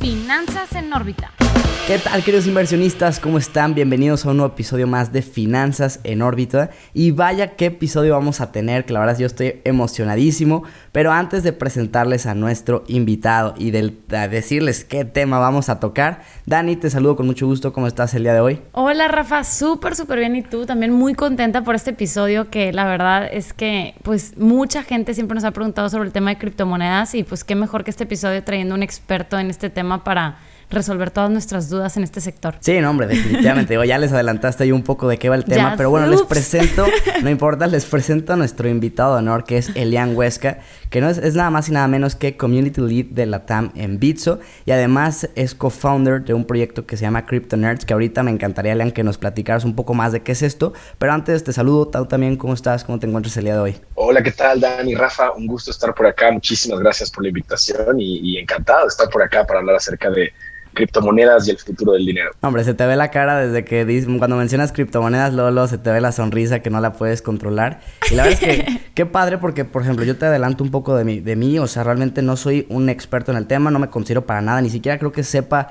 Finanzas en órbita. ¿Qué tal, queridos inversionistas? ¿Cómo están? Bienvenidos a un nuevo episodio más de Finanzas en órbita. Y vaya qué episodio vamos a tener, que la verdad yo estoy emocionadísimo. Pero antes de presentarles a nuestro invitado y de decirles qué tema vamos a tocar, Dani, te saludo con mucho gusto. ¿Cómo estás el día de hoy? Hola, Rafa, súper bien. Y tú también muy contenta por este episodio, que la verdad es que pues mucha gente siempre nos ha preguntado sobre el tema de criptomonedas. Y pues qué mejor que este episodio trayendo un experto en este tema para resolver todas nuestras dudas en este sector. Sí, no, hombre, definitivamente. Digo, ya les adelantaste ahí un poco de qué va el tema, pero bueno, les presento, no importa, les presento a nuestro invitado de honor, que es Elian Huesca, que no es nada más y nada menos que Community Lead de LATAM en Bitso, y además es co-founder de un proyecto que se llama Crypto Nerds, que ahorita me encantaría, Elian, que nos platicaras un poco más de qué es esto, pero antes te saludo, tú también, ¿cómo estás? ¿Cómo te encuentras el día de hoy? Hola, ¿qué tal, Dani, Rafa? Un gusto estar por acá, muchísimas gracias por la invitación y encantado de estar por acá para hablar acerca de criptomonedas y el futuro del dinero. Hombre, se te ve la cara desde que cuando mencionas criptomonedas, luego se te ve la sonrisa que no la puedes controlar. Y la verdad es que qué padre porque, por ejemplo, yo te adelanto un poco de mí, o sea, realmente no soy un experto en el tema, no me considero para nada, ni siquiera creo que sepa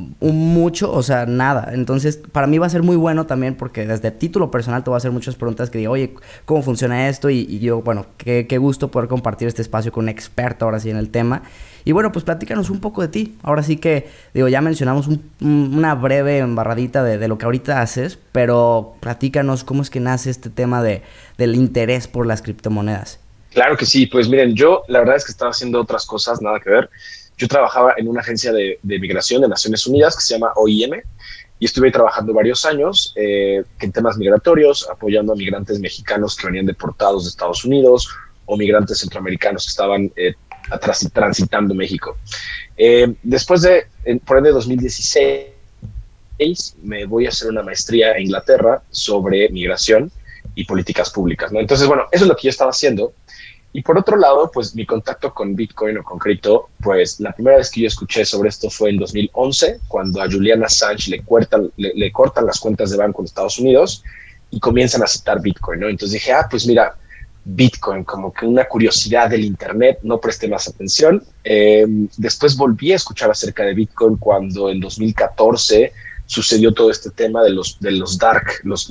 mucho, o sea, nada. Entonces, para mí va a ser muy bueno también porque desde título personal te voy a hacer muchas preguntas que digo, oye, ¿cómo funciona esto? Y yo, bueno, qué gusto poder compartir este espacio con un experto ahora sí en el tema. Y bueno, pues platícanos un poco de ti. Ahora sí que, digo, ya mencionamos una breve embarradita de lo que ahorita haces, pero platícanos cómo es que nace este tema del interés por las criptomonedas. Claro que sí, pues miren, yo la verdad es que estaba haciendo otras cosas, nada que ver. Yo trabajaba en una agencia de migración de Naciones Unidas que se llama OIM y estuve trabajando varios años en temas migratorios, apoyando a migrantes mexicanos que venían deportados de Estados Unidos o migrantes centroamericanos que estaban transitando México. Después por ahí de 2016, me voy a hacer una maestría en Inglaterra sobre migración y políticas públicas, ¿no? Entonces, bueno, eso es lo que yo estaba haciendo. Y por otro lado, pues mi contacto con Bitcoin o con cripto, pues la primera vez que yo escuché sobre esto fue en 2011, cuando a Julian Assange le cortan las cuentas de banco en Estados Unidos y comienzan a aceptar Bitcoin, ¿no? Entonces dije, pues mira, Bitcoin, como que una curiosidad del internet, no presté más atención. Después volví a escuchar acerca de Bitcoin cuando en 2014 sucedió todo este tema de los dark,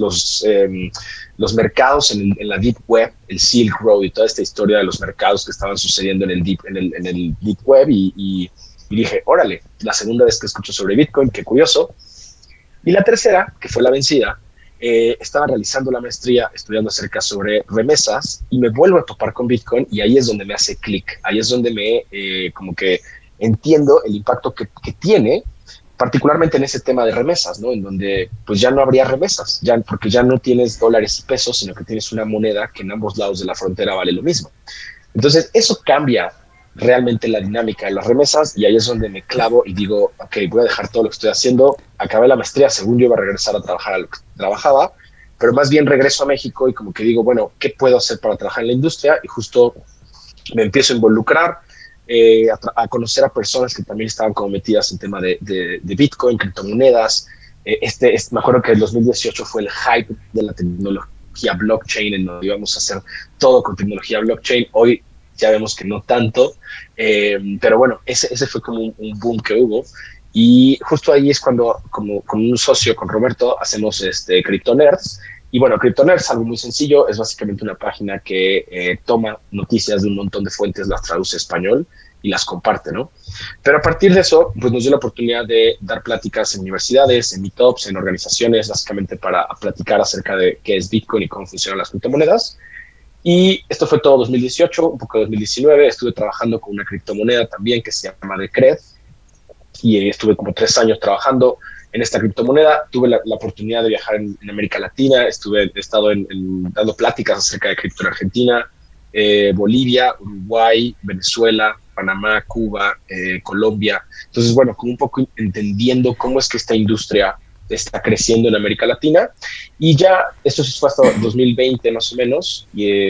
los mercados en la deep web, el Silk Road y toda esta historia de los mercados que estaban sucediendo en el deep web y dije, órale, la segunda vez que escucho sobre Bitcoin, qué curioso. Y la tercera, que fue la vencida, estaba realizando la maestría, estudiando acerca sobre remesas y me vuelvo a topar con Bitcoin y ahí es donde me hace clic, ahí es donde como que entiendo el impacto que tiene, particularmente en ese tema de remesas, ¿no? En donde pues ya no habría remesas, porque ya no tienes dólares y pesos, sino que tienes una moneda que en ambos lados de la frontera vale lo mismo. Entonces eso cambia realmente la dinámica de las remesas y ahí es donde me clavo y digo, ok, voy a dejar todo lo que estoy haciendo. Acabé la maestría, según yo iba a regresar a trabajar a lo que trabajaba, pero más bien regreso a México y como que digo, bueno, ¿qué puedo hacer para trabajar en la industria? Y justo me empiezo a involucrar, a conocer a personas que también estaban como metidas en tema de Bitcoin, criptomonedas. Me acuerdo que el 2018 fue el hype de la tecnología blockchain, en donde íbamos a hacer todo con tecnología blockchain. Hoy ya vemos que no tanto, pero bueno, ese fue como un boom que hubo. Y justo ahí es cuando, como con un socio, con Roberto, hacemos Crypto Nerds. Y bueno, Crypto Nerds, algo muy sencillo, es básicamente una página que toma noticias de un montón de fuentes, las traduce a español y las comparte, ¿no? Pero a partir de eso, pues nos dio la oportunidad de dar pláticas en universidades, en meetups, en organizaciones, básicamente para platicar acerca de qué es Bitcoin y cómo funcionan las criptomonedas. Y esto fue todo 2018, un poco de 2019, estuve trabajando con una criptomoneda también que se llama Decred y estuve como 3 años trabajando en esta criptomoneda. Tuve la oportunidad de viajar en América Latina, he estado dando pláticas acerca de cripto en Argentina, Bolivia, Uruguay, Venezuela, Panamá, Cuba, Colombia. Entonces, bueno, como un poco entendiendo cómo es que esta industria está creciendo en América Latina. Y ya, esto fue hasta 2020 más o menos,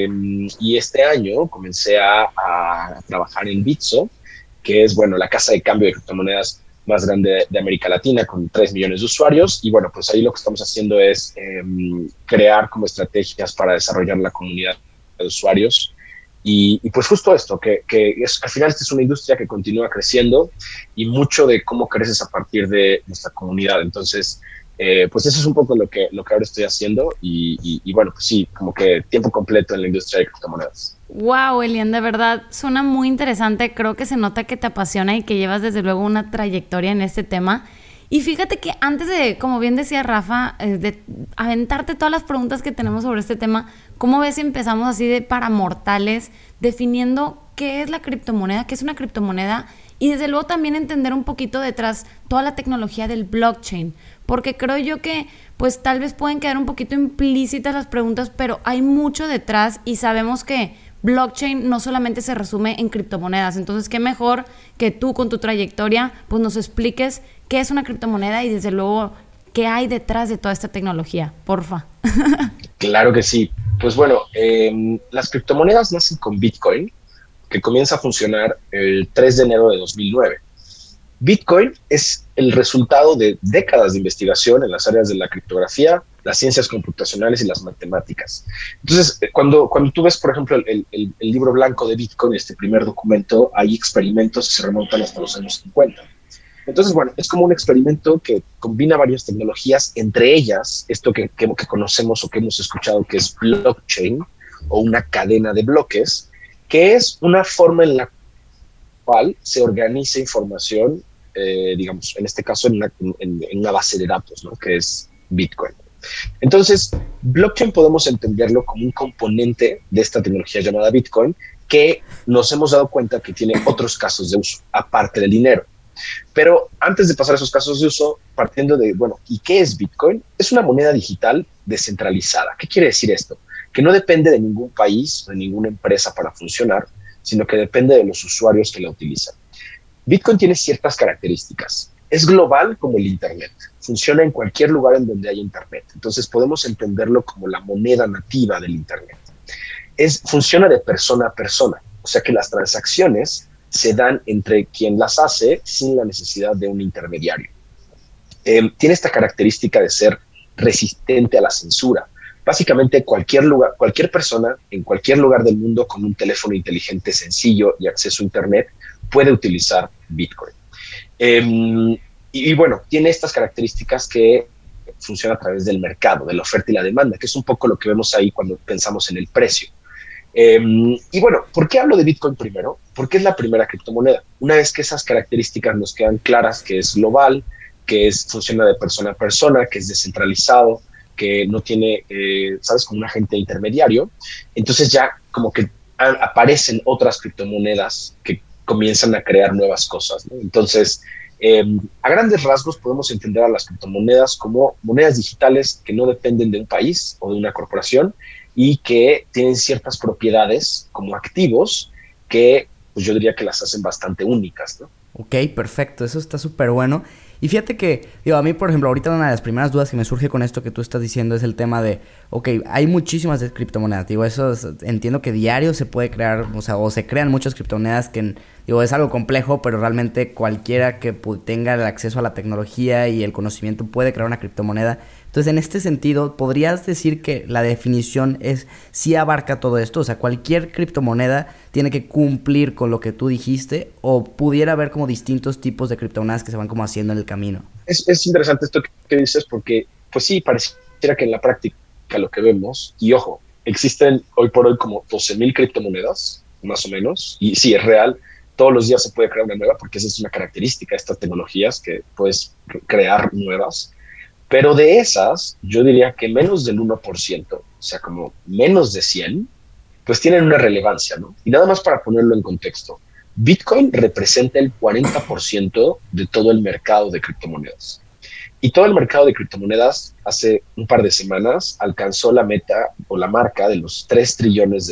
y este año comencé a trabajar en Bitso, que es, bueno, la casa de cambio de criptomonedas más grande de América Latina, con 3 millones de usuarios. Y bueno, pues ahí lo que estamos haciendo es crear como estrategias para desarrollar la comunidad de usuarios Y pues justo esto, que al final esta es una industria que continúa creciendo y mucho de cómo creces a partir de nuestra comunidad. Entonces, pues eso es un poco lo que ahora estoy haciendo y bueno, pues sí, como que tiempo completo en la industria de criptomonedas. Wow, Elian, de verdad suena muy interesante. Creo que se nota que te apasiona y que llevas desde luego una trayectoria en este tema. Y fíjate que antes de, como bien decía Rafa, de aventarte todas las preguntas que tenemos sobre este tema, ¿cómo ves si empezamos así de para mortales, definiendo qué es la criptomoneda, qué es una criptomoneda? Y desde luego también entender un poquito detrás toda la tecnología del blockchain, porque creo yo que pues tal vez pueden quedar un poquito implícitas las preguntas, pero hay mucho detrás y sabemos que blockchain no solamente se resume en criptomonedas. Entonces, qué mejor que tú con tu trayectoria pues nos expliques qué es una criptomoneda y desde luego qué hay detrás de toda esta tecnología, porfa. Claro que sí. Pues bueno, las criptomonedas nacen con Bitcoin, que comienza a funcionar el 3 de enero de 2009. Bitcoin es el resultado de décadas de investigación en las áreas de la criptografía, las ciencias computacionales y las matemáticas. Entonces, cuando tú ves, por ejemplo, el libro blanco de Bitcoin, este primer documento, hay experimentos que se remontan hasta los años 50. Entonces, bueno, es como un experimento que combina varias tecnologías, entre ellas esto que conocemos o que hemos escuchado que es blockchain o una cadena de bloques, que es una forma en la cual se organiza información, digamos, en este caso en una base de datos, ¿no? Que es Bitcoin. Entonces, blockchain podemos entenderlo como un componente de esta tecnología llamada Bitcoin que nos hemos dado cuenta que tiene otros casos de uso, aparte del dinero. Pero antes de pasar a esos casos de uso, partiendo de, bueno, ¿y qué es Bitcoin? Es una moneda digital descentralizada. ¿Qué quiere decir esto? Que no depende de ningún país o de ninguna empresa para funcionar, sino que depende de los usuarios que la utilizan. Bitcoin tiene ciertas características. Es global como el Internet. Funciona en cualquier lugar en donde haya Internet. Entonces podemos entenderlo como la moneda nativa del Internet. Funciona de persona a persona. O sea que las transacciones se dan entre quien las hace sin la necesidad de un intermediario. Tiene esta característica de ser resistente a la censura. Básicamente cualquier persona en cualquier lugar del mundo con un teléfono inteligente sencillo y acceso a Internet puede utilizar Bitcoin. Y bueno, tiene estas características que funciona a través del mercado, de la oferta y la demanda, que es un poco lo que vemos ahí cuando pensamos en el precio. Y bueno, ¿por qué hablo de Bitcoin primero? Porque es la primera criptomoneda. Una vez que esas características nos quedan claras, que es global, que funciona de persona a persona, que es descentralizado, que no tiene, ¿sabes?, como un agente intermediario, entonces ya como que aparecen otras criptomonedas que comienzan a crear nuevas cosas, ¿no? Entonces, a grandes rasgos podemos entender a las criptomonedas como monedas digitales que no dependen de un país o de una corporación y que tienen ciertas propiedades como activos que pues yo diría que las hacen bastante únicas, ¿no? Ok, perfecto, eso está súper bueno. Y fíjate que, digo, a mí, por ejemplo, ahorita una de las primeras dudas que me surge con esto que tú estás diciendo es el tema de, ok, hay muchísimas de criptomonedas, digo, entiendo que diario se puede crear, o se crean muchas criptomonedas que, digo, es algo complejo, pero realmente cualquiera que tenga el acceso a la tecnología y el conocimiento puede crear una criptomoneda. Entonces, en este sentido, ¿podrías decir que la definición sí abarca todo esto? O sea, ¿cualquier criptomoneda tiene que cumplir con lo que tú dijiste? ¿O pudiera haber como distintos tipos de criptomonedas que se van como haciendo en el camino? Es interesante esto que dices porque, pues sí, pareciera que en la práctica lo que vemos, y ojo, existen hoy por hoy como 12,000 criptomonedas, más o menos, y sí, es real, todos los días se puede crear una nueva porque esa es una característica de estas tecnologías que puedes crear nuevas. Pero de esas, yo diría que menos del 1%, o sea, como menos de 100, pues tienen una relevancia, ¿no? Y nada más para ponerlo en contexto, Bitcoin representa el 40% de todo el mercado de criptomonedas. Y todo el mercado de criptomonedas hace un par de semanas alcanzó la meta o la marca de los $3 trillones.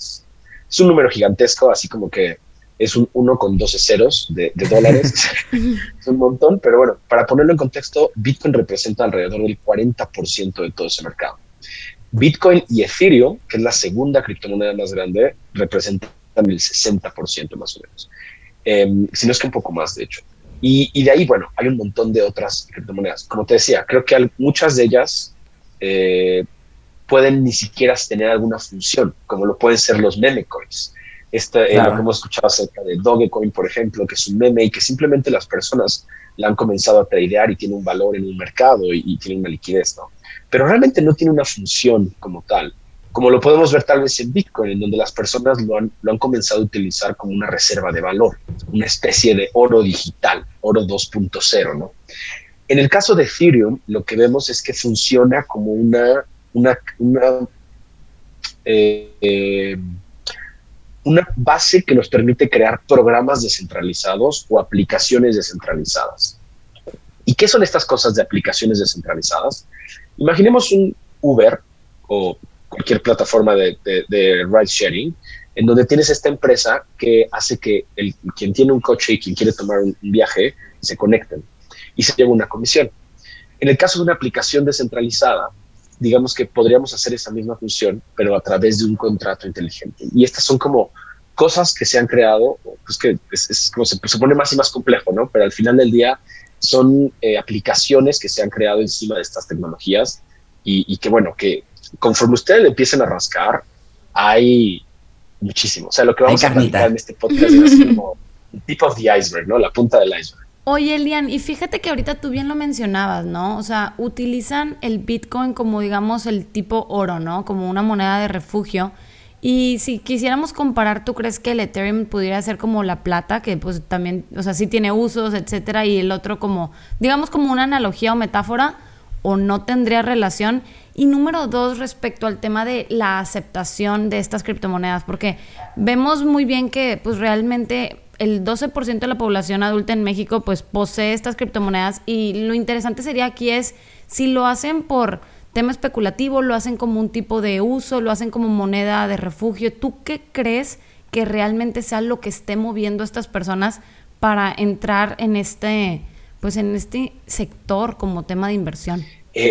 Es un número gigantesco, así como que es un 1 con 12 ceros de dólares. Es un montón, pero bueno, para ponerlo en contexto, Bitcoin representa alrededor del 40% de todo ese mercado. Bitcoin y Ethereum, que es la segunda criptomoneda más grande, representan el 60% más o menos. Si no es que un poco más, de hecho. Y de ahí, bueno, hay un montón de otras criptomonedas. Como te decía, creo que muchas de ellas pueden ni siquiera tener alguna función, como lo pueden ser los meme coins. Lo que hemos escuchado acerca de Dogecoin, por ejemplo, que es un meme y que simplemente las personas la han comenzado a tradear y tiene un valor en un mercado y tiene una liquidez, ¿no? Pero realmente no tiene una función como tal, como lo podemos ver tal vez en Bitcoin, en donde las personas lo han comenzado a utilizar como una reserva de valor, una especie de oro digital, oro 2.0, ¿no? En el caso de Ethereum, lo que vemos es que funciona como una base que nos permite crear programas descentralizados o aplicaciones descentralizadas. ¿Y qué son estas cosas de aplicaciones descentralizadas? Imaginemos un Uber o cualquier plataforma de ride sharing, en donde tienes esta empresa que hace que quien tiene un coche y quien quiere tomar un viaje se conecten y se lleva una comisión. En el caso de una aplicación descentralizada, digamos que podríamos hacer esa misma función, pero a través de un contrato inteligente. Y estas son como cosas que se han creado, pues que es como se pone más y más complejo, ¿no? Pero al final del día son aplicaciones que se han creado encima de estas tecnologías y que, bueno, que conforme ustedes le empiecen a rascar, hay muchísimo. O sea, lo que vamos a platicar en este podcast es como el tip of the iceberg, ¿no? La punta del iceberg. Oye, Elian, y fíjate que ahorita tú bien lo mencionabas, ¿no? O sea, utilizan el Bitcoin como, digamos, el tipo oro, ¿no? Como una moneda de refugio. Y si quisiéramos comparar, ¿tú crees que el Ethereum pudiera ser como la plata? Que pues también, o sea, sí tiene usos, etcétera, y el otro como, digamos, como una analogía o metáfora, ¿o no tendría relación? Y número 2, respecto al tema de la aceptación de estas criptomonedas, porque vemos muy bien que pues realmente el 12% de la población adulta en México pues posee estas criptomonedas, y lo interesante sería aquí es si lo hacen por tema especulativo, lo hacen como un tipo de uso, lo hacen como moneda de refugio. ¿Tú qué crees que realmente sea lo que esté moviendo a estas personas para entrar en este sector como tema de inversión?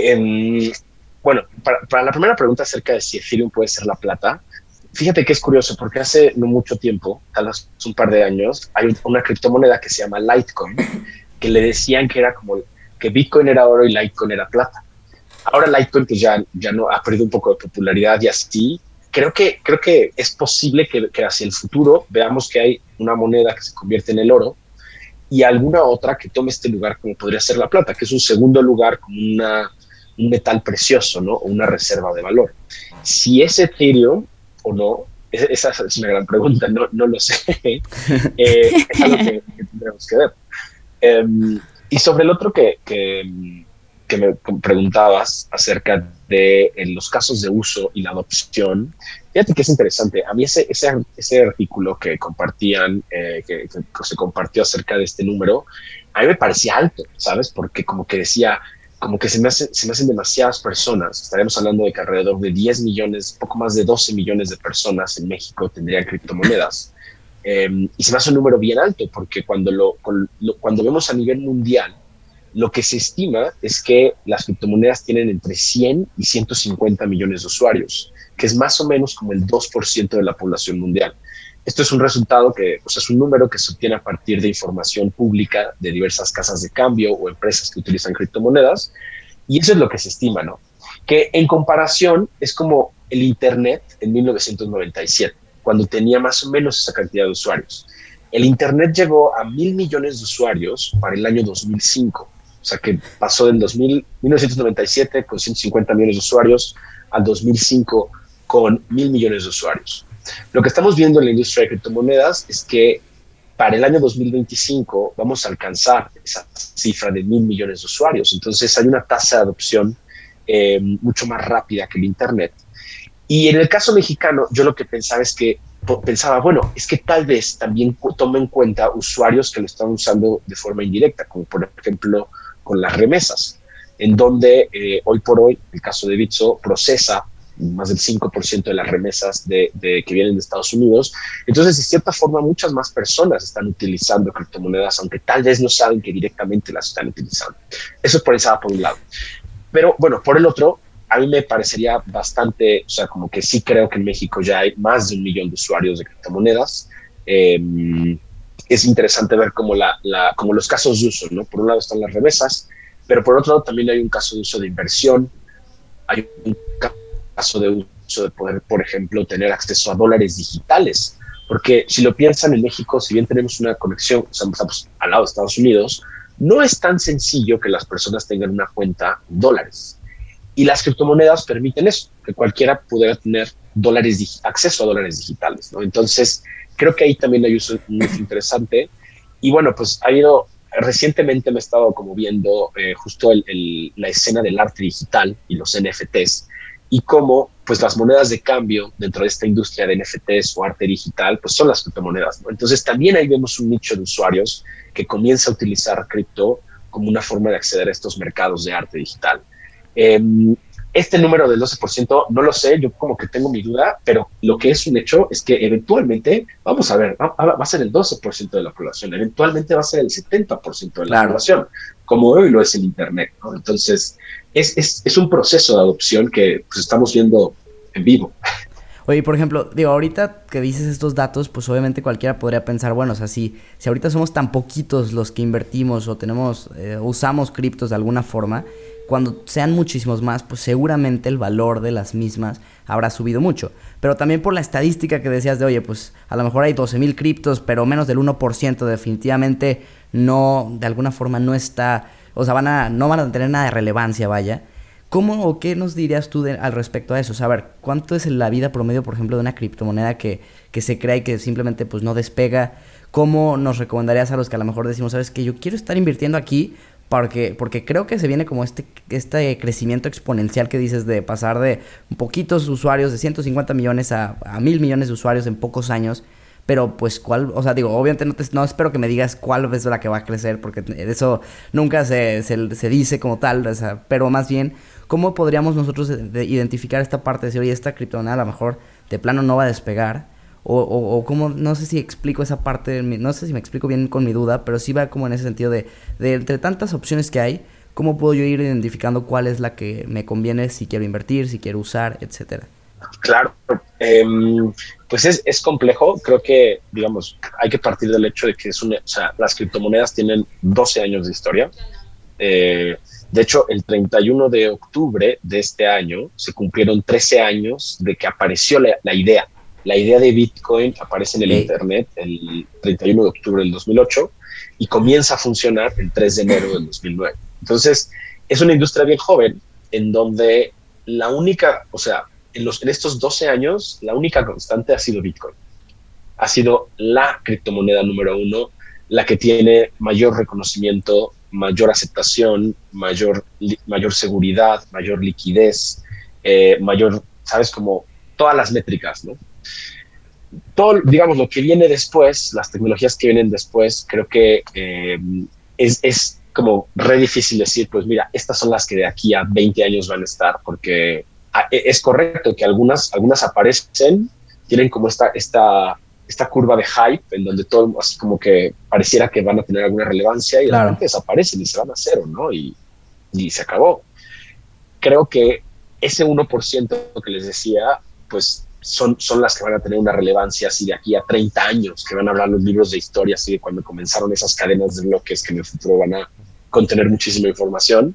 Bueno, para la primera pregunta acerca de si Ethereum puede ser la plata, fíjate que es curioso porque hace no mucho tiempo, tal vez un par de años, hay una criptomoneda que se llama Litecoin, que le decían que era como que Bitcoin era oro y Litecoin era plata. Ahora Litecoin pues ya no ha perdido un poco de popularidad y así. Creo que es posible que hacia el futuro veamos que hay una moneda que se convierte en el oro y alguna otra que tome este lugar como podría ser la plata, que es un segundo lugar como un metal precioso, ¿no? O una reserva de valor. Si es Ethereum o no, esa es una gran pregunta, no lo sé. Es algo que tendremos que ver. Y sobre el otro que me preguntabas acerca de los casos de uso y la adopción, fíjate que es interesante. A mí ese artículo que compartían, que se compartió acerca de este número, a mí me parecía alto, ¿sabes? Porque como que decía, como que se me hacen demasiadas personas. Estaremos hablando de que alrededor de 10 millones, poco más de 12 millones de personas en México tendrían criptomonedas. Y se me hace un número bien alto, porque cuando vemos a nivel mundial, lo que se estima es que las criptomonedas tienen entre 100 y 150 millones de usuarios, que es más o menos como el 2% de la población mundial. Esto es un resultado es un número que se obtiene a partir de información pública de diversas casas de cambio o empresas que utilizan criptomonedas, y eso es lo que se estima, ¿no? Que en comparación es como el Internet en 1997, cuando tenía más o menos esa cantidad de usuarios. El Internet llegó a 1,000 millones de usuarios para el año 2005. O sea, que pasó del 1997 con 150 millones de usuarios al 2005 con 1,000 millones de usuarios. Lo que estamos viendo en la industria de criptomonedas es que para el año 2025 vamos a alcanzar esa cifra de 1,000 millones de usuarios. Entonces hay una tasa de adopción mucho más rápida que el Internet. Y en el caso mexicano, yo lo que pensaba es que bueno, es que tal vez también tome en cuenta usuarios que lo están usando de forma indirecta, como por ejemplo con las remesas, en donde hoy por hoy, el caso de Bitso procesa más del 5% de las remesas que vienen de Estados Unidos. Entonces, de cierta forma, muchas más personas están utilizando criptomonedas, aunque tal vez no saben que directamente las están utilizando. Eso por un lado. Pero bueno, por el otro, a mí me parecería bastante, o sea, como que sí creo que en México ya hay más de 1 millón de usuarios de criptomonedas. Es interesante ver como los casos de uso, ¿no? Por un lado están las remesas, pero por otro lado también hay un caso de uso de inversión, hay un caso de uso de poder, por ejemplo, tener acceso a dólares digitales Porque si lo piensan en México, si bien tenemos una conexión, o sea, estamos al lado de Estados Unidos, no es tan sencillo que las personas tengan una cuenta en dólares. Y las criptomonedas permiten eso, que cualquiera pudiera tener acceso a dólares digitales, ¿no? Entonces, creo que ahí también hay un uso interesante. Y bueno, pues recientemente me he estado como viendo justo la escena del arte digital y los NFTs y cómo pues las monedas de cambio dentro de esta industria de NFTs o arte digital pues son las criptomonedas, ¿no? Entonces también ahí vemos un nicho de usuarios que comienza a utilizar cripto como una forma de acceder a estos mercados de arte digital. Este número del 12% no lo sé, yo como que tengo mi duda, pero lo que es un hecho es que eventualmente, vamos a ver, va a ser el 12% de la población, eventualmente va a ser el 70% de la población, como hoy lo es el Internet, ¿no? Entonces, es un proceso de adopción que pues, estamos viendo en vivo. Oye, por ejemplo, digo, ahorita que dices estos datos, pues obviamente cualquiera podría pensar, bueno, o sea, si ahorita somos tan poquitos los que invertimos o usamos criptos de alguna forma, cuando sean muchísimos más, pues seguramente el valor de las mismas habrá subido mucho. Pero también por la estadística que decías de, oye, pues a lo mejor hay 12,000 criptos, pero menos del 1% definitivamente no, de alguna forma no está, o sea, no van a tener nada de relevancia, vaya. ¿Cómo o qué nos dirías tú al respecto a eso? O sea, a ver, ¿cuánto es la vida promedio, por ejemplo, de una criptomoneda que se crea y que simplemente pues no despega? ¿Cómo nos recomendarías a los que a lo mejor decimos, sabes que yo quiero estar invirtiendo aquí porque creo que se viene como este crecimiento exponencial que dices de pasar de poquitos usuarios, de 150 millones a 1,000 millones de usuarios en pocos años? Pero pues cuál, o sea, digo, obviamente no espero que me digas cuál es la que va a crecer, porque eso nunca se dice como tal, o sea, pero más bien, ¿cómo podríamos nosotros identificar esta parte de decir, oye, esta criptomoneda a lo mejor de plano no va a despegar? O cómo, no sé si explico esa parte, no sé si me explico bien con mi duda, pero sí va como en ese sentido de entre tantas opciones que hay, ¿cómo puedo yo ir identificando cuál es la que me conviene si quiero invertir, si quiero usar, etcétera? Claro, pues es complejo. Creo que, digamos, hay que partir del hecho de que las criptomonedas tienen 12 años de historia. De hecho, el 31 de octubre de este año se cumplieron 13 años de que apareció la idea. La idea de Bitcoin aparece en el Internet el 31 de octubre del 2008 y comienza a funcionar el 3 de enero del 2009. Entonces, es una industria bien joven en donde en estos 12 años, la única constante ha sido Bitcoin. Ha sido la criptomoneda número 1, la que tiene mayor reconocimiento, mayor aceptación, mayor seguridad, mayor liquidez, ¿sabes? Como todas las métricas, ¿no? Todo, digamos, lo que viene después, las tecnologías que vienen después, creo que es como re difícil decir, pues mira, estas son las que de aquí a 20 años van a estar, porque es correcto que algunas aparecen, tienen como esta curva de hype en donde todo así como que pareciera que van a tener alguna relevancia y de repente desaparecen y se van a cero, ¿no? Y se acabó. Creo que ese 1% que les decía, pues son las que van a tener una relevancia así de aquí a 30 años, que van a hablar los libros de historia, así de cuando comenzaron esas cadenas de bloques que en el futuro van a contener muchísima información.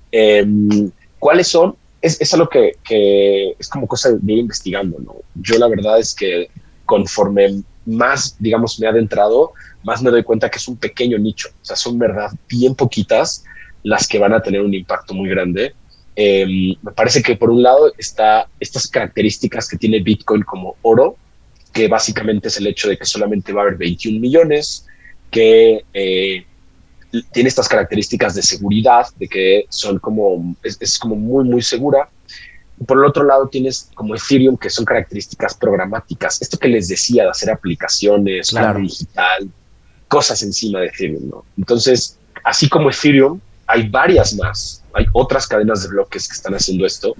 ¿Cuáles son? Es algo que es como cosa de ir investigando, ¿no? Yo la verdad es que conforme más, digamos, me he adentrado, más me doy cuenta que es un pequeño nicho. O sea, son, verdad, bien poquitas las que van a tener un impacto muy grande. Me parece que por un lado está estas características que tiene Bitcoin como oro, que básicamente es el hecho de que solamente va a haber 21 millones, que tiene estas características de seguridad, de que son como, es como muy, muy segura. Por el otro lado tienes como Ethereum, que son características programáticas. Esto que les decía de hacer aplicaciones, claro, digital, cosas encima de Ethereum, ¿no? Entonces, así como Ethereum, hay varias más. Hay otras cadenas de bloques que están haciendo esto.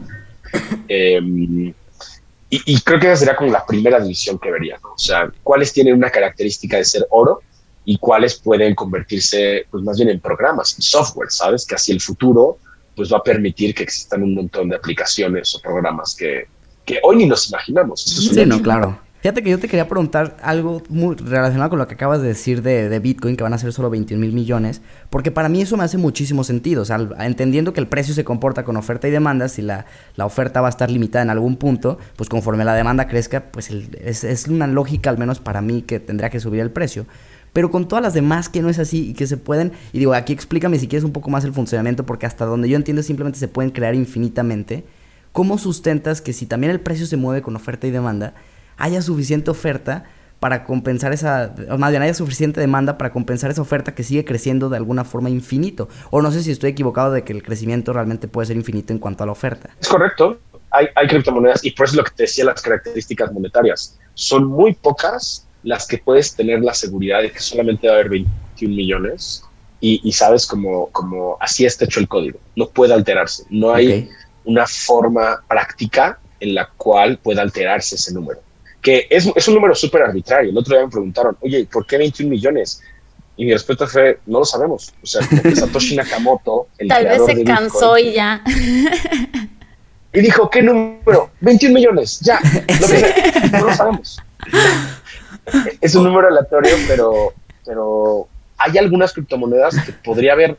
Y creo que esa sería como la primera división que vería, ¿no? O sea, cuáles tienen una característica de ser oro y cuáles pueden convertirse, pues más bien en programas, en software, ¿sabes? Que así el futuro pues va a permitir que existan un montón de aplicaciones o programas que hoy ni nos imaginamos. Sí, no, claro. Fíjate que yo te quería preguntar algo muy relacionado con lo que acabas de decir de Bitcoin, que van a ser solo 21,000 millones, porque para mí eso me hace muchísimo sentido. O sea, entendiendo que el precio se comporta con oferta y demanda, si la oferta va a estar limitada en algún punto, pues conforme la demanda crezca, pues es una lógica, al menos para mí, que tendría que subir el precio. Pero con todas las demás que no es así y que se pueden... Y digo, aquí explícame si quieres un poco más el funcionamiento, porque hasta donde yo entiendo simplemente se pueden crear infinitamente. ¿Cómo sustentas que si también el precio se mueve con oferta y demanda, haya suficiente oferta para compensar esa... O más bien, haya suficiente demanda para compensar esa oferta que sigue creciendo de alguna forma infinito? O no sé si estoy equivocado de que el crecimiento realmente puede ser infinito en cuanto a la oferta. Es correcto. Hay criptomonedas y por eso es lo que te decía, las características monetarias. Son muy pocas las que puedes tener la seguridad de que solamente va a haber 21 millones y sabes como así está hecho el código. No puede alterarse. No hay una forma práctica en la cual pueda alterarse ese número. Que es un número súper arbitrario. El otro día me preguntaron, oye, ¿por qué 21 millones? Y mi respuesta fue, no lo sabemos. O sea, como que Satoshi Nakamoto, el tal vez se de cansó Bitcoin, y ya. Y dijo, ¿qué número? 21 millones, ya. No lo sabemos. Es un número aleatorio, pero hay algunas criptomonedas que podría haber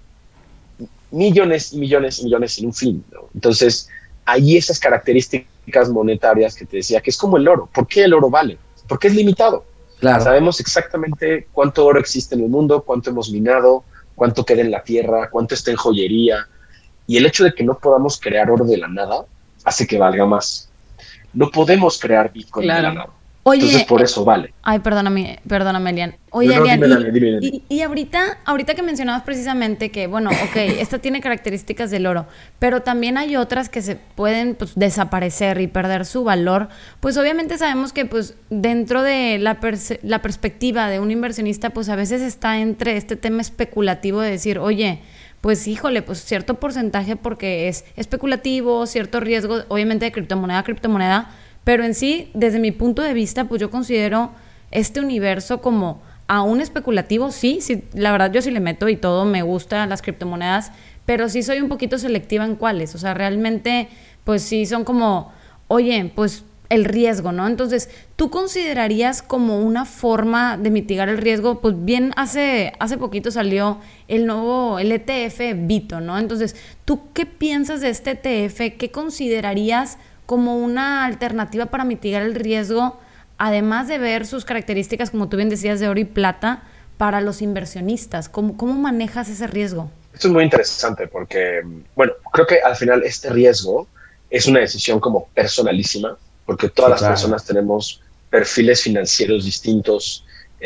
millones y millones y millones sin un fin, ¿no? Entonces, hay esas características monetarias que te decía, que es como el oro. ¿Por qué el oro vale? Porque es limitado. Claro. Sabemos exactamente cuánto oro existe en el mundo, cuánto hemos minado, cuánto queda en la tierra, cuánto está en joyería. Y el hecho de que no podamos crear oro de la nada hace que valga más. No podemos crear Bitcoin de la nada. Oye, entonces por eso vale. Ay, perdóname, Elian. Oye, no, Elian, dime. Y ahorita que mencionabas precisamente que, bueno, ok, esta tiene características del oro, pero también hay otras que se pueden, pues, desaparecer y perder su valor. Pues obviamente sabemos que, pues, dentro de la perspectiva de un inversionista, pues a veces está entre este tema especulativo de decir, oye, pues híjole, pues cierto porcentaje porque es especulativo, cierto riesgo, obviamente de criptomoneda a criptomoneda, pero en sí, desde mi punto de vista, pues yo considero este universo como aún especulativo. Sí, la verdad yo sí le meto y todo, me gustan las criptomonedas, pero sí soy un poquito selectiva en cuáles. O sea, realmente, pues sí son como, oye, pues el riesgo, ¿no? Entonces, ¿tú considerarías como una forma de mitigar el riesgo? Pues bien, hace poquito salió el ETF Bito, ¿no? Entonces, ¿tú qué piensas de este ETF? ¿Qué considerarías como una alternativa para mitigar el riesgo, además de ver sus características, como tú bien decías, de oro y plata, para los inversionistas? ¿Cómo manejas ese riesgo? Esto es muy interesante porque, bueno, creo que al final este riesgo es una decisión como personalísima, porque todas las personas tenemos perfiles financieros distintos,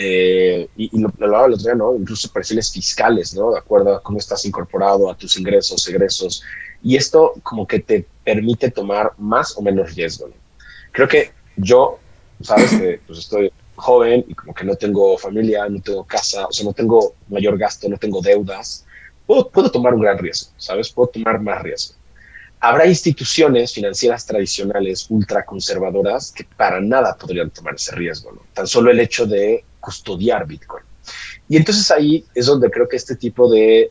y lo hablaba el otro día, ¿no? Incluso perfiles fiscales, ¿no? De acuerdo a cómo estás incorporado, a tus ingresos, egresos. Y esto como que te permite tomar más o menos riesgo, ¿no? Creo que yo, sabes que pues estoy joven y como que no tengo familia, no tengo casa, o sea, no tengo mayor gasto, no tengo deudas. Puedo tomar un gran riesgo, ¿sabes? Puedo tomar más riesgo. Habrá instituciones financieras tradicionales ultraconservadoras que para nada podrían tomar ese riesgo, ¿no? Tan solo el hecho de custodiar Bitcoin. Y entonces ahí es donde creo que este tipo de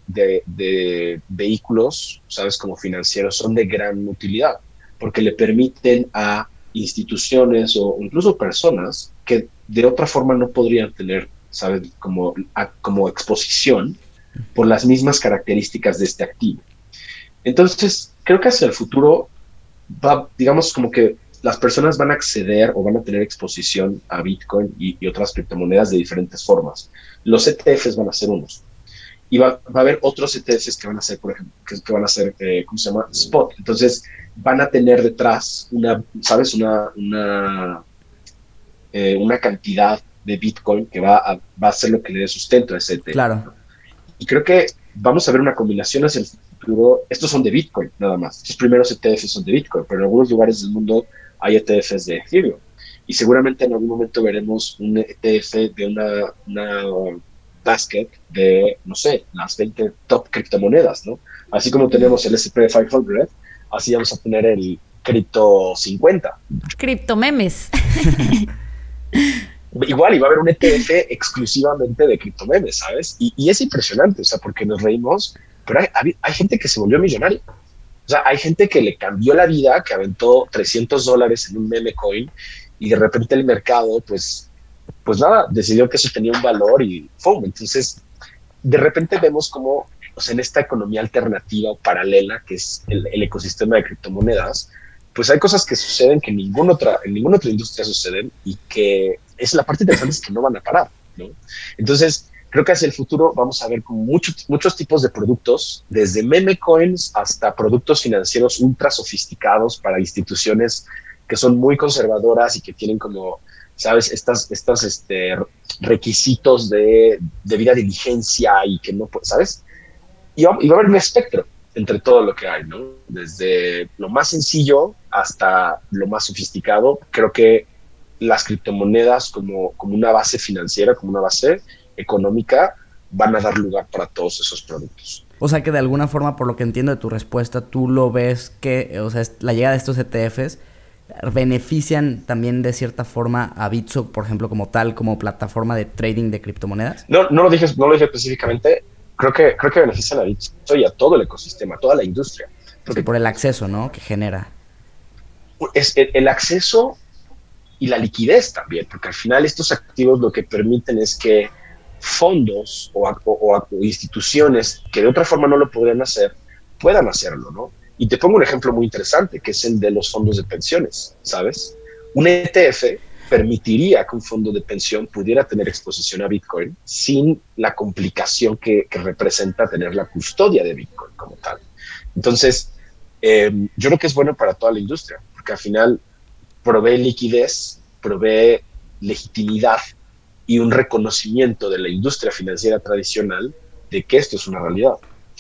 vehículos, sabes, como financieros, son de gran utilidad, porque le permiten a instituciones o incluso personas que de otra forma no podrían tener, sabes, como exposición por las mismas características de este activo. Entonces, creo que hacia el futuro digamos como que las personas van a acceder o van a tener exposición a Bitcoin y otras criptomonedas de diferentes formas. Los ETFs van a ser unos. Y va a haber otros ETFs que van a ser, por ejemplo, que van a ser, ¿cómo se llama? Spot. Entonces, van a tener detrás una cantidad de Bitcoin que va a ser lo que le dé sustento a ese ETF. Claro. Y creo que vamos a ver una combinación hacia el futuro. Estos son de Bitcoin, nada más. Estos primeros ETFs son de Bitcoin, pero en algunos lugares del mundo hay ETFs de Ethereum. Y seguramente en algún momento veremos un ETF de una basket de, no sé, las 20 top criptomonedas, ¿no? Así como tenemos el S&P 500, así vamos a tener el Crypto 50. Criptomemes. Igual, y va a haber un ETF exclusivamente de criptomemes, ¿sabes? Y es impresionante, o sea, porque nos reímos, pero hay gente que se volvió millonaria. O sea, hay gente que le cambió la vida, que aventó $300 en un meme coin y de repente el mercado, pues nada, decidió que eso tenía un valor y ¡pum! Entonces, de repente vemos como, o sea, en esta economía alternativa o paralela, que es el ecosistema de criptomonedas, pues hay cosas que suceden que en ninguna otra industria suceden y que es la parte interesante es que no van a parar, ¿no? Entonces, creo que hacia el futuro vamos a ver como muchos tipos de productos, desde meme coins hasta productos financieros ultra sofisticados para instituciones que son muy conservadoras y que tienen como, ¿sabes? Estas requisitos de debida diligencia y que no, ¿sabes? Y va a haber un espectro entre todo lo que hay, ¿no? Desde lo más sencillo hasta lo más sofisticado. Creo que las criptomonedas como una base financiera, como una base económica, van a dar lugar para todos esos productos. O sea que de alguna forma, por lo que entiendo de tu respuesta, tú lo ves que, o sea, la llegada de estos ETFs benefician también de cierta forma a Bitso, por ejemplo, como tal, como plataforma de trading de criptomonedas. No lo dije específicamente. Creo que benefician a Bitso y a todo el ecosistema, a toda la industria. Porque por el acceso, ¿no? Que genera. Es el acceso y la liquidez también, porque al final estos activos lo que permiten es que fondos o instituciones que de otra forma no lo podrían hacer, puedan hacerlo, ¿no? Y te pongo un ejemplo muy interesante, que es el de los fondos de pensiones, ¿sabes? Un ETF permitiría que un fondo de pensión pudiera tener exposición a Bitcoin sin la complicación que representa tener la custodia de Bitcoin como tal. Entonces, yo creo que es bueno para toda la industria, porque al final provee liquidez, provee legitimidad y un reconocimiento de la industria financiera tradicional de que esto es una realidad.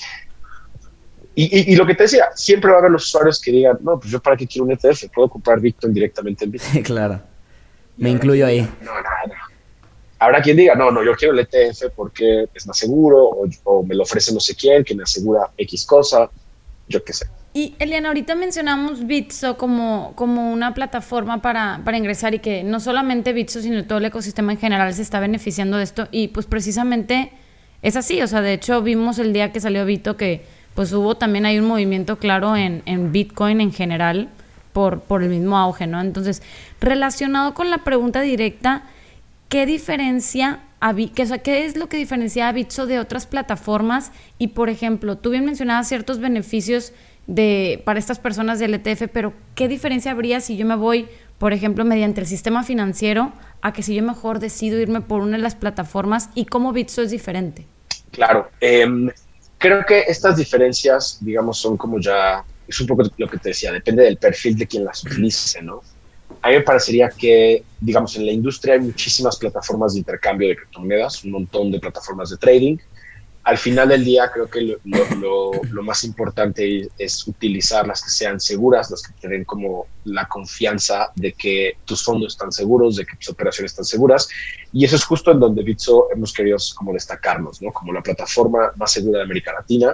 Y lo que te decía, siempre va a haber los usuarios que digan, no, pues yo para qué quiero un ETF, puedo comprar Bitcoin directamente en Bitcoin. Claro, me incluyo ahí. No. Habrá quien diga, no, yo quiero el ETF porque es más seguro, o me lo ofrece no sé quién, que me asegura X cosa, yo qué sé. Y Eliana, ahorita mencionamos Bitso como una plataforma para ingresar, y que no solamente Bitso, sino todo el ecosistema en general se está beneficiando de esto, y pues precisamente es así. O sea, de hecho vimos el día que salió Bito que pues hubo también hay un movimiento claro en Bitcoin en general por el mismo auge, ¿no? Entonces, relacionado con la pregunta directa, ¿qué diferencia qué es lo que diferencia a Bitso de otras plataformas? Y por ejemplo, tú bien mencionabas ciertos beneficios para estas personas del ETF, pero ¿qué diferencia habría si yo me voy, por ejemplo, mediante el sistema financiero, a que si yo mejor decido irme por una de las plataformas, y cómo Bitso es diferente? Claro, creo que estas diferencias, digamos, son como ya, es un poco lo que te decía, depende del perfil de quien las utilice, ¿no? A mí me parecería que, digamos, en la industria hay muchísimas plataformas de intercambio de criptomonedas, un montón de plataformas de trading. Al final del día, creo que lo más importante es utilizar las que sean seguras, las que te den como la confianza de que tus fondos están seguros, de que tus operaciones están seguras. Y eso es justo en donde Bitso hemos querido como destacarnos, ¿no? Como la plataforma más segura de América Latina.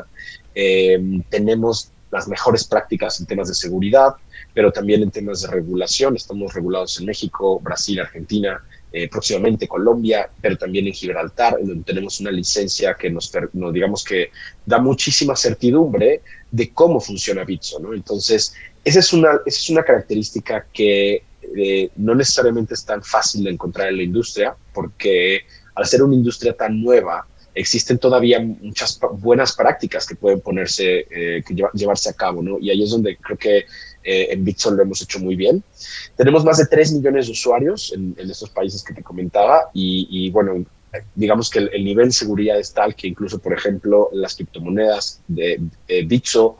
Tenemos las mejores prácticas en temas de seguridad, pero también en temas de regulación. Estamos regulados en México, Brasil, Argentina, próximamente Colombia, pero también en Gibraltar, en donde tenemos una licencia que nos digamos que da muchísima certidumbre de cómo funciona Bitso, ¿no? Entonces, esa es una característica que no necesariamente es tan fácil de encontrar en la industria, porque al ser una industria tan nueva, existen todavía muchas buenas prácticas que pueden llevarse a cabo, ¿no? Y ahí es donde creo que en Bitso lo hemos hecho muy bien. Tenemos más de 3 millones de usuarios en estos países que te comentaba, y bueno, digamos que el nivel de seguridad es tal que incluso, por ejemplo, las criptomonedas de Bitso,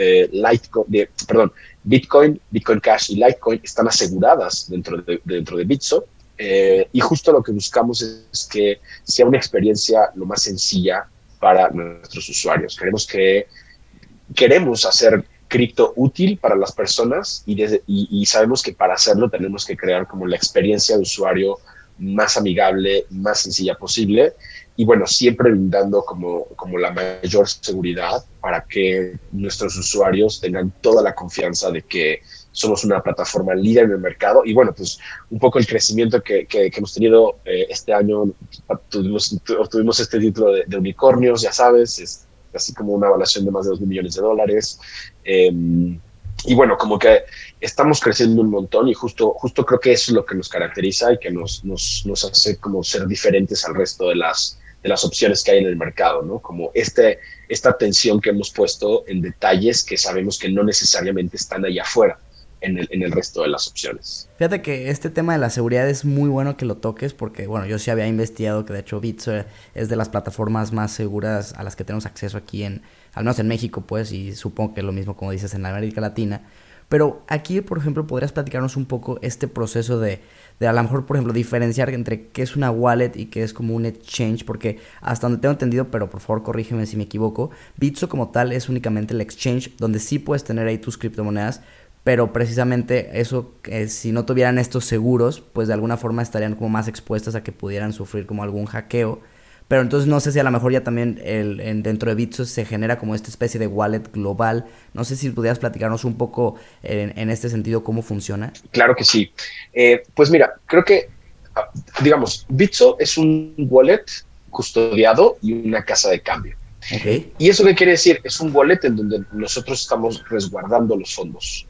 Bitcoin Cash y Litecoin están aseguradas dentro de Bitso. Y justo lo que buscamos es que sea una experiencia lo más sencilla para nuestros usuarios. Queremos hacer cripto útil para las personas, y sabemos que para hacerlo tenemos que crear como la experiencia de usuario más amigable, más sencilla posible, y bueno, siempre brindando como la mayor seguridad para que nuestros usuarios tengan toda la confianza de que somos una plataforma líder en el mercado. Y bueno, pues un poco el crecimiento que hemos tenido este año, obtuvimos este título de unicornios, ya sabes, es así como una evaluación de más de $2 millones. Y bueno, como que estamos creciendo un montón y justo creo que eso es lo que nos caracteriza y que nos hace como ser diferentes al resto de las opciones que hay en el mercado, ¿no? Como esta atención que hemos puesto en detalles que sabemos que no necesariamente están allá afuera en el resto de las opciones. Fíjate que este tema de la seguridad es muy bueno que lo toques porque, bueno, yo sí había investigado que de hecho Bitso es de las plataformas más seguras a las que tenemos acceso aquí al menos en México, pues, y supongo que lo mismo como dices en América Latina. Pero aquí, por ejemplo, podrías platicarnos un poco este proceso de a lo mejor, por ejemplo, diferenciar entre qué es una wallet y qué es como un exchange, porque hasta donde tengo entendido, pero por favor corrígeme si me equivoco, Bitso como tal es únicamente el exchange donde sí puedes tener ahí tus criptomonedas, pero precisamente eso, si no tuvieran estos seguros, pues de alguna forma estarían como más expuestas a que pudieran sufrir como algún hackeo. Pero entonces no sé si a lo mejor ya también dentro de Bitso se genera como esta especie de wallet global. No sé si pudieras platicarnos un poco en este sentido cómo funciona. Claro que sí. Pues mira, creo que, digamos, Bitso es un wallet custodiado y una casa de cambio. Okay. ¿Y eso qué quiere decir? Es un wallet en donde nosotros estamos resguardando los fondos.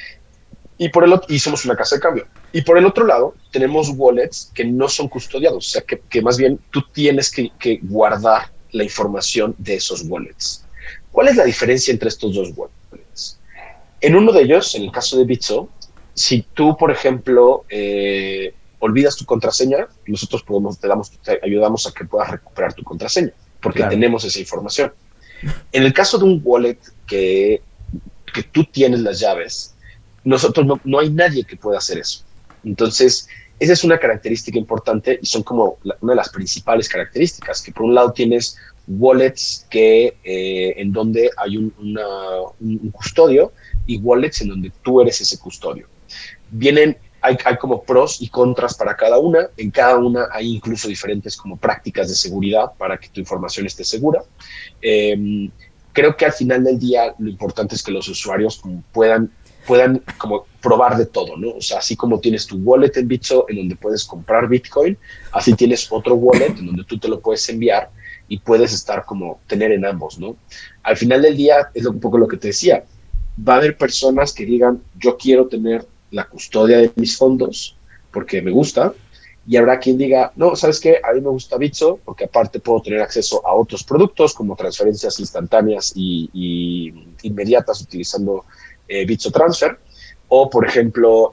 Y somos una casa de cambio. Y por el otro lado, tenemos wallets que no son custodiados, o sea, que más bien tú tienes que guardar la información de esos wallets. ¿Cuál es la diferencia entre estos dos wallets? En uno de ellos, en el caso de Bitso, si tú, por ejemplo, olvidas tu contraseña, nosotros te ayudamos a que puedas recuperar tu contraseña, porque claro, tenemos esa información. En el caso de un wallet que tú tienes las llaves, nosotros no hay nadie que pueda hacer eso. Entonces, esa es una característica importante y son como una de las principales características, que por un lado tienes wallets en donde hay un custodio y wallets en donde tú eres ese custodio. Hay como pros y contras para cada una. En cada una hay incluso diferentes como prácticas de seguridad para que tu información esté segura. Creo que al final del día lo importante es que los usuarios como puedan como probar de todo, ¿no? O sea, así como tienes tu wallet en Bitso en donde puedes comprar Bitcoin, así tienes otro wallet en donde tú te lo puedes enviar y puedes estar como tener en ambos, ¿no? Al final del día es un poco lo que te decía, va a haber personas que digan, yo quiero tener la custodia de mis fondos porque me gusta, y habrá quien diga, no, ¿sabes qué? A mí me gusta Bitso porque aparte puedo tener acceso a otros productos como transferencias instantáneas y inmediatas utilizando Bitso Transfer, o por ejemplo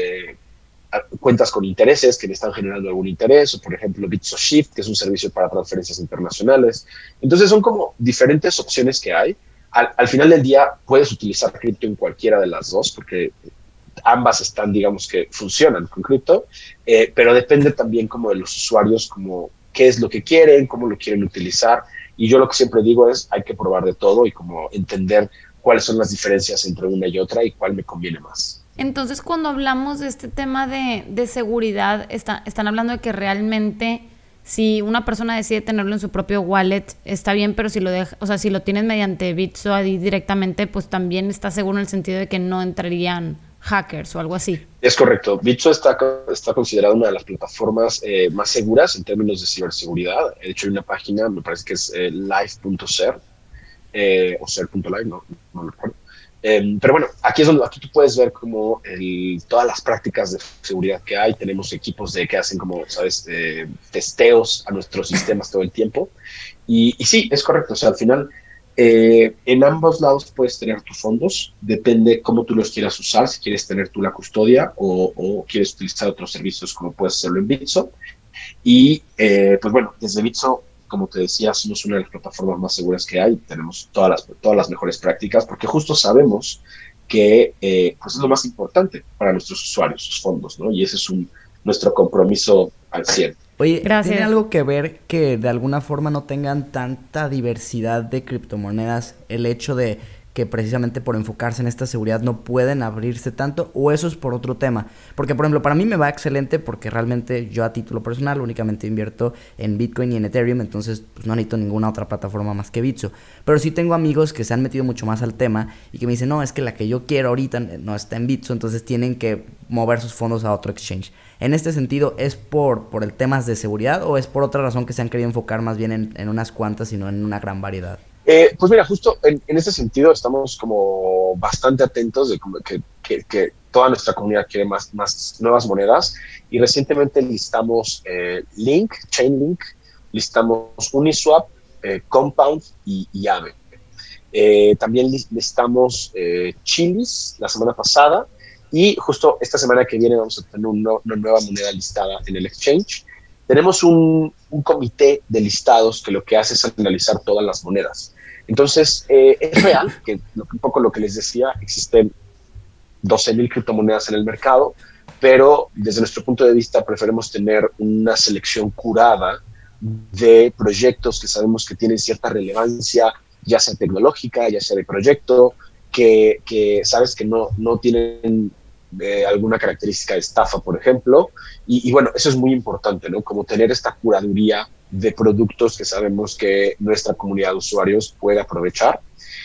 cuentas con intereses que me están generando algún interés, o por ejemplo Bitso Shift, que es un servicio para transferencias internacionales. Entonces son como diferentes opciones que hay. Al final del día puedes utilizar cripto en cualquiera de las dos, porque ambas están, digamos que funcionan con cripto, pero depende también como de los usuarios, como qué es lo que quieren, cómo lo quieren utilizar. Y yo lo que siempre digo es, hay que probar de todo y como entender cuáles son las diferencias entre una y otra y cuál me conviene más. Entonces, cuando hablamos de este tema de seguridad, están hablando de que realmente si una persona decide tenerlo en su propio wallet, está bien, pero si si lo tienes mediante Bitso ahí directamente, pues también está seguro en el sentido de que no entrarían hackers o algo así. Es correcto. Bitso está considerada una de las plataformas más seguras en términos de ciberseguridad. De hecho, hay una página, me parece que es live.ser, o ser.live, no lo recuerdo. Pero bueno, aquí tú puedes ver como todas las prácticas de seguridad que hay. Tenemos equipos que hacen como, ¿sabes? Testeos a nuestros sistemas todo el tiempo. Y sí, es correcto. O sea, al final, en ambos lados puedes tener tus fondos. Depende cómo tú los quieras usar. Si quieres tener tú la custodia o quieres utilizar otros servicios como puedes hacerlo en Bitso. Y pues bueno, desde Bitso, como te decía, somos una de las plataformas más seguras que hay. Tenemos todas las mejores prácticas porque justo sabemos que pues es lo más importante para nuestros usuarios, sus fondos, ¿no? Y ese es nuestro compromiso al 100. Oye, gracias. ¿Tiene algo que ver que de alguna forma no tengan tanta diversidad de criptomonedas el hecho de que precisamente por enfocarse en esta seguridad no pueden abrirse tanto, o eso es por otro tema? Porque, por ejemplo, para mí me va excelente porque realmente yo a título personal únicamente invierto en Bitcoin y en Ethereum, entonces pues no necesito ninguna otra plataforma más que Bitso. Pero sí tengo amigos que se han metido mucho más al tema y que me dicen, no, es que la que yo quiero ahorita no está en Bitso, entonces tienen que mover sus fondos a otro exchange. En este sentido, ¿es por el temas de seguridad o es por otra razón que se han querido enfocar más bien en unas cuantas y no en una gran variedad? Pues mira, justo en ese sentido estamos como bastante atentos de como que toda nuestra comunidad quiere más nuevas monedas, y recientemente listamos Link, Chainlink, listamos Uniswap, Compound y Aave. También listamos Chiliz la semana pasada, y justo esta semana que viene vamos a tener una nueva moneda listada en el exchange. Tenemos un comité de listados que lo que hace es analizar todas las monedas. Entonces, es real que un poco lo que les decía, existen 12,000 criptomonedas en el mercado, pero desde nuestro punto de vista preferimos tener una selección curada de proyectos que sabemos que tienen cierta relevancia, ya sea tecnológica, ya sea de proyecto, que sabes que no tienen alguna característica de estafa, por ejemplo, y bueno, eso es muy importante, ¿no? Como tener esta curaduría de productos que sabemos que nuestra comunidad de usuarios puede aprovechar.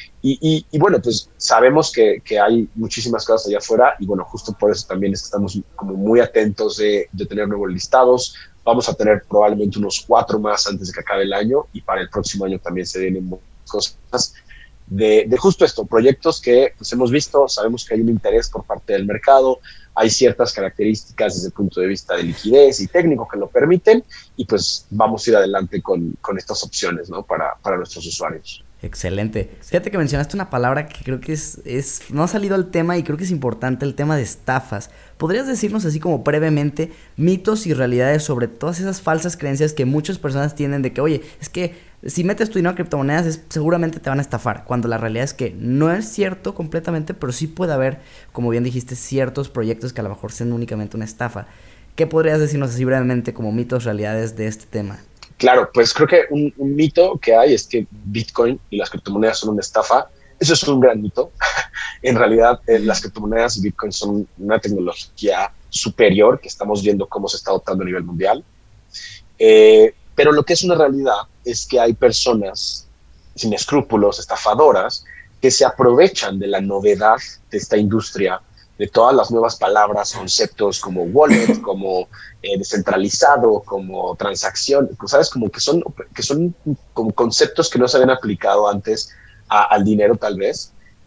Y bueno, pues sabemos que hay muchísimas cosas allá afuera, y bueno, justo por eso también es que estamos como muy atentos de tener nuevos listados. Vamos a tener probablemente unos 4 más antes de que acabe el año, y para el próximo año también se vienen cosas de justo esto, proyectos que pues hemos visto, sabemos que hay un interés por parte del mercado, hay ciertas características desde el punto de vista de liquidez y técnico que lo permiten, y pues vamos a ir adelante con estas opciones, ¿no? para nuestros usuarios. Excelente. Fíjate que mencionaste una palabra que creo que no ha salido al tema, y creo que es importante, el tema de estafas. ¿Podrías decirnos así como brevemente mitos y realidades sobre todas esas falsas creencias que muchas personas tienen de que, oye, es que si metes tu dinero a criptomonedas seguramente te van a estafar? Cuando la realidad es que no es cierto completamente, pero sí puede haber, como bien dijiste, ciertos proyectos que a lo mejor sean únicamente una estafa. ¿Qué podrías decirnos así brevemente como mitos, realidades de este tema? Claro, pues creo que un mito que hay es que Bitcoin y las criptomonedas son una estafa. Eso es un gran mito. En realidad, las criptomonedas y Bitcoin son una tecnología superior que estamos viendo cómo se está adoptando a nivel mundial. Pero lo que es una realidad es que hay personas sin escrúpulos, estafadoras, que se aprovechan de la novedad de esta industria, de todas las nuevas palabras, conceptos como wallet, como descentralizado, como transacción, ¿sabes? Como que son como conceptos que no se habían aplicado antes al dinero, tal vez.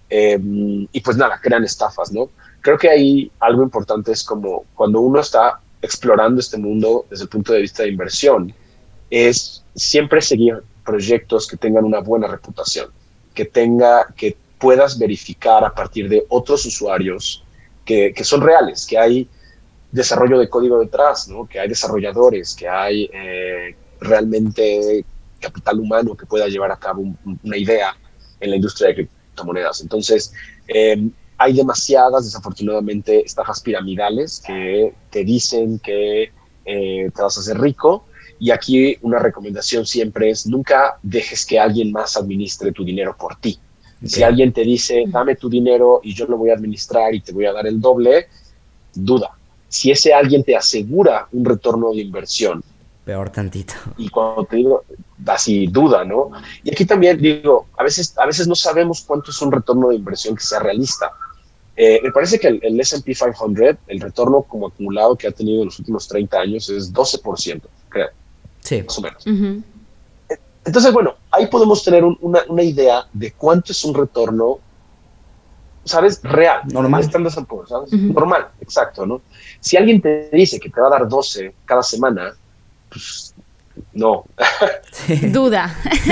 Y pues nada, crean estafas, ¿no? Creo que ahí algo importante es como cuando uno está explorando este mundo desde el punto de vista de inversión, es siempre seguir proyectos que tengan una buena reputación, que puedas verificar a partir de otros usuarios que son reales, que hay desarrollo de código detrás, ¿no? Que hay desarrolladores, que hay realmente capital humano que pueda llevar a cabo una idea en la industria de criptomonedas. Entonces, hay demasiadas, desafortunadamente, estafas piramidales que te dicen que te vas a hacer rico, y aquí una recomendación siempre es nunca dejes que alguien más administre tu dinero por ti. Okay. Si alguien te dice, dame tu dinero y yo lo voy a administrar y te voy a dar el doble, duda. Si ese alguien te asegura un retorno de inversión, peor tantito. Y cuando te digo así, duda, ¿no? Y aquí también digo, a veces no sabemos cuánto es un retorno de inversión que sea realista. Me parece que el S&P 500, el retorno como acumulado que ha tenido en los últimos 30 años es 12%, creo. Sí. Más o menos. Uh-huh. Entonces, bueno, ahí podemos tener una idea de cuánto es un retorno, ¿sabes? Real. Normal. ¿Sabes? Uh-huh. Normal, exacto, ¿no? Si alguien te dice que te va a dar 12 cada semana, pues no. Sí. Duda.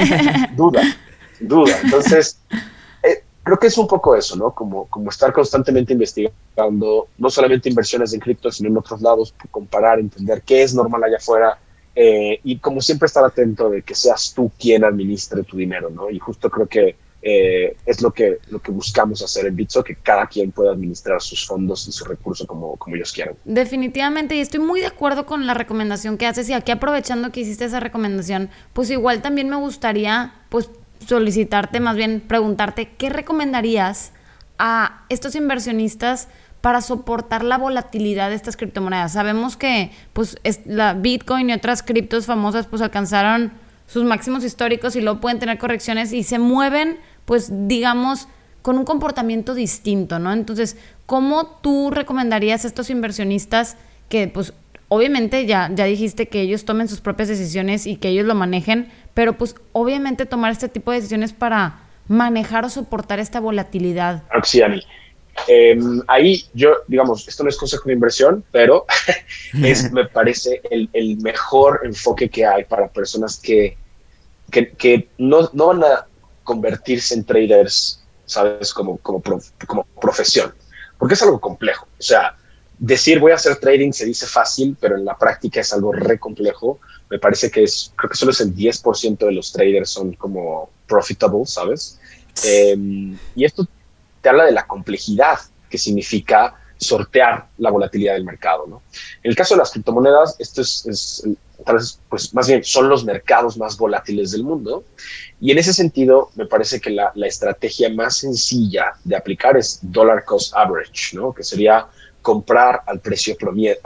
Entonces, creo que es un poco eso, ¿no? Como estar constantemente investigando, no solamente inversiones en cripto, sino en otros lados, comparar, entender qué es normal allá afuera, y como siempre estar atento de que seas tú quien administre tu dinero, ¿no? Y justo creo que es lo que buscamos hacer en Bitso, que cada quien pueda administrar sus fondos y sus recursos como ellos quieran. Definitivamente, y estoy muy de acuerdo con la recomendación que haces, y aquí aprovechando que hiciste esa recomendación, pues igual también me gustaría pues solicitarte, más bien preguntarte, ¿qué recomendarías a estos inversionistas para soportar la volatilidad de estas criptomonedas? Sabemos que pues la Bitcoin y otras criptos famosas pues alcanzaron sus máximos históricos y luego pueden tener correcciones y se mueven pues digamos con un comportamiento distinto, ¿no? Entonces, ¿cómo tú recomendarías a estos inversionistas que pues obviamente ya dijiste que ellos tomen sus propias decisiones y que ellos lo manejen, pero pues obviamente tomar este tipo de decisiones para manejar o soportar esta volatilidad. Claro que sí, Ani. Ahí yo, digamos, esto no es consejo de inversión, pero me parece el mejor enfoque que hay para personas que no van a convertirse en traders, ¿sabes? Como profesión, porque es algo complejo. O sea, decir voy a hacer trading se dice fácil, pero en la práctica es algo re complejo. Me parece que creo que solo es el 10% de los traders son como profitable, ¿sabes? Y esto te habla de la complejidad que significa sortear la volatilidad del mercado, ¿no? En el caso de las criptomonedas, esto tal vez, pues más bien son los mercados más volátiles del mundo, y en ese sentido me parece que la estrategia más sencilla de aplicar es dollar cost average, ¿no? Que sería comprar al precio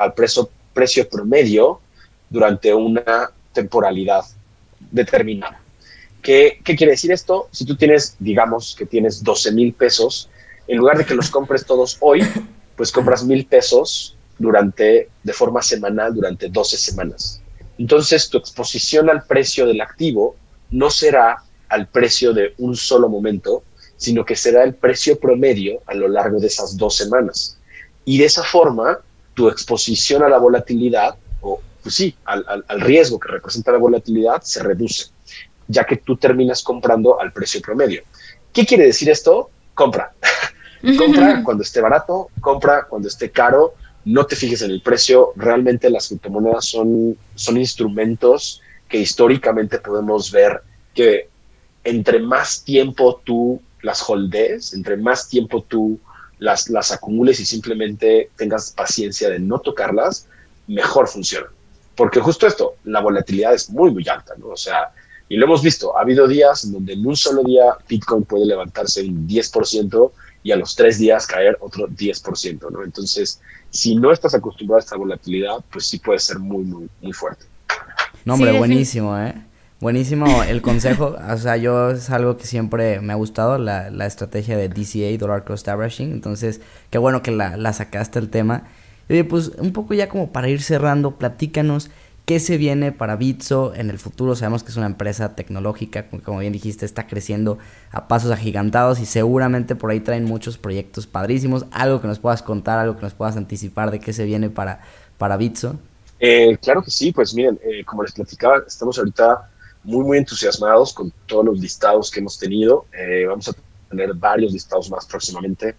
promedio durante una temporalidad determinada. ¿Qué quiere decir esto? Si tú tienes, digamos que tienes 12,000 pesos, en lugar de que los compres todos hoy, pues compras 1,000 pesos de forma semanal durante 12 semanas. Entonces tu exposición al precio del activo no será al precio de un solo momento, sino que será el precio promedio a lo largo de esas 2 semanas. Y de esa forma, tu exposición a la volatilidad, o pues sí, al riesgo que representa la volatilidad, se reduce, ya que tú terminas comprando al precio promedio. ¿Qué quiere decir esto? Compra. Compra cuando esté barato, compra cuando esté caro, no te fijes en el precio. Realmente las criptomonedas son instrumentos que históricamente podemos ver que entre más tiempo tú las holdees, entre más tiempo tú las acumules y simplemente tengas paciencia de no tocarlas, mejor funcionan. Porque justo esto, la volatilidad es muy, muy alta, ¿no? O sea, y lo hemos visto, ha habido días en donde en un solo día Bitcoin puede levantarse un 10% y a los 3 días caer otro 10%, ¿no? Entonces, si no estás acostumbrado a esta volatilidad, pues sí puede ser muy, muy, muy fuerte. No, hombre, sí, buenísimo, ¿eh? Buenísimo el consejo. O sea, yo es algo que siempre me ha gustado, la estrategia de DCA, Dollar Cost Averaging. Entonces, qué bueno que la sacaste el tema. Oye, pues un poco ya como para ir cerrando, platícanos qué se viene para Bitso en el futuro. Sabemos que es una empresa tecnológica, como bien dijiste, está creciendo a pasos agigantados y seguramente por ahí traen muchos proyectos padrísimos. Algo que nos puedas contar, algo que nos puedas anticipar de qué se viene para Bitso. Claro que sí, pues miren, como les platicaba, estamos ahorita muy, muy entusiasmados con todos los listados que hemos tenido. Vamos a tener varios listados más próximamente.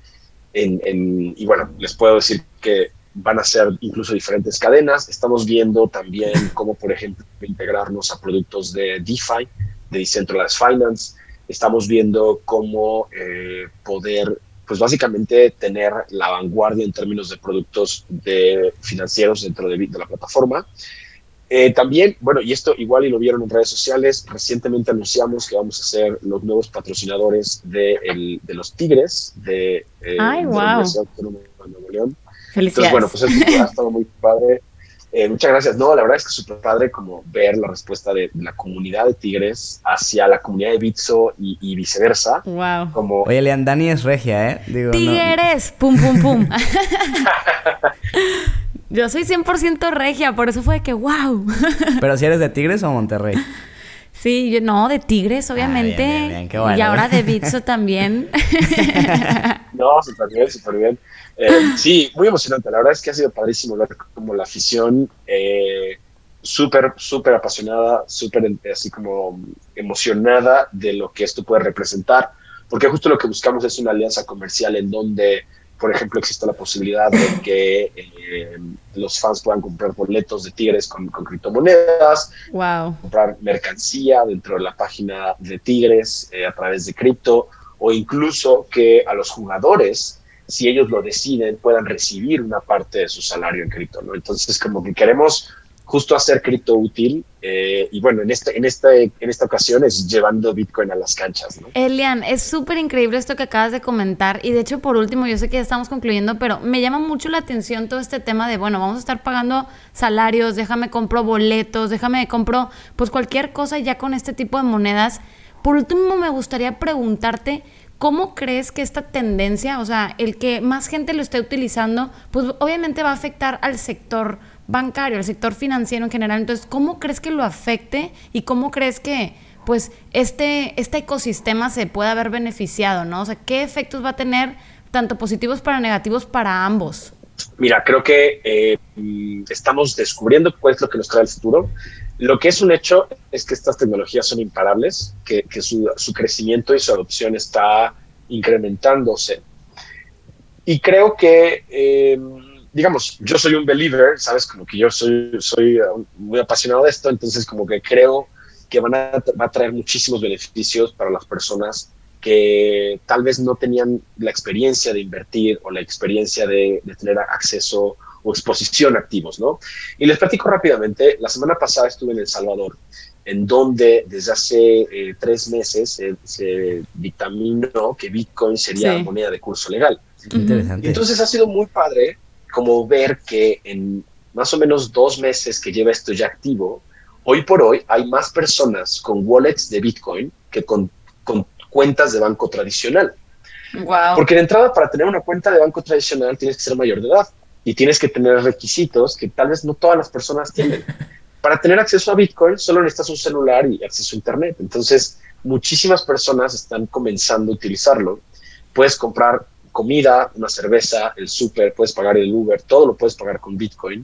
Y bueno, les puedo decir que van a ser incluso diferentes cadenas. Estamos viendo también cómo, por ejemplo, integrarnos a productos de DeFi, de Decentralized Finance. Estamos viendo cómo poder, pues básicamente, tener la vanguardia en términos de productos financieros dentro de la plataforma. También, bueno, y esto igual y lo vieron en redes sociales, recientemente anunciamos que vamos a ser los nuevos patrocinadores de los Tigres de la Universidad Autónoma de Nuevo León. Felicidades. Entonces, bueno, pues esto ha estado muy padre. Muchas gracias. No, la verdad es que es súper padre como ver la respuesta de la comunidad de Tigres hacia la comunidad de Bitso y viceversa. Wow. Como... Oye, Lean, Dani es regia, ¿eh? Digo, Tigres, no. Pum, pum, pum. Yo soy 100% regia, por eso fue de que wow. ¿Pero si eres de Tigres o Monterrey? Sí, de Tigres, obviamente. Bien, qué bueno. Y ahora de Bitso también. No, súper bien, súper bien. Sí, muy emocionante. La verdad es que ha sido padrísimo ver como la afición súper, súper apasionada, súper así como emocionada de lo que esto puede representar. Porque justo lo que buscamos es una alianza comercial en donde, por ejemplo, existe la posibilidad de que los fans puedan comprar boletos de Tigres con criptomonedas, comprar mercancía dentro de la página de Tigres a través de cripto, o incluso que a los jugadores, si ellos lo deciden, puedan recibir una parte de su salario en cripto, ¿no? Entonces, como que queremos justo hacer cripto útil y bueno, en esta ocasión es llevando Bitcoin a las canchas, ¿no? Elian, es súper increíble esto que acabas de comentar y de hecho por último, yo sé que ya estamos concluyendo, pero me llama mucho la atención todo este tema de, bueno, vamos a estar pagando salarios, déjame compro boletos, déjame compro pues cualquier cosa ya con este tipo de monedas. Por último, me gustaría preguntarte, ¿cómo crees que esta tendencia, o sea, el que más gente lo esté utilizando, pues obviamente va a afectar al sector bancario, al sector financiero en general. Entonces, ¿cómo crees que lo afecte y cómo crees que pues este ecosistema se puede haber beneficiado, ¿no? O sea, ¿qué efectos va a tener tanto positivos para negativos para ambos? Mira, creo que estamos descubriendo qué es lo que nos trae el futuro. Lo que es un hecho es que estas tecnologías son imparables, que su crecimiento y su adopción está incrementándose. Y creo que, digamos, yo soy un believer, ¿sabes? Como que yo soy muy apasionado de esto, entonces como que creo que va a traer muchísimos beneficios para las personas que tal vez no tenían la experiencia de invertir o la experiencia de tener acceso o exposición a activos, ¿no? Y les platico rápidamente. La semana pasada estuve en El Salvador, en donde desde hace 3 meses se dictaminó que Bitcoin sería moneda de curso legal. Interesante. Y entonces ha sido muy padre como ver que en más o menos 2 meses que lleva esto ya activo, hoy por hoy hay más personas con wallets de Bitcoin que con cuentas de banco tradicional. Wow. Porque de entrada, para tener una cuenta de banco tradicional tienes que ser mayor de edad y tienes que tener requisitos que tal vez no todas las personas tienen. Para tener acceso a Bitcoin solo necesitas un celular y acceso a internet. Entonces, muchísimas personas están comenzando a utilizarlo. Puedes comprar comida, una cerveza, el súper, puedes pagar el Uber, todo lo puedes pagar con Bitcoin.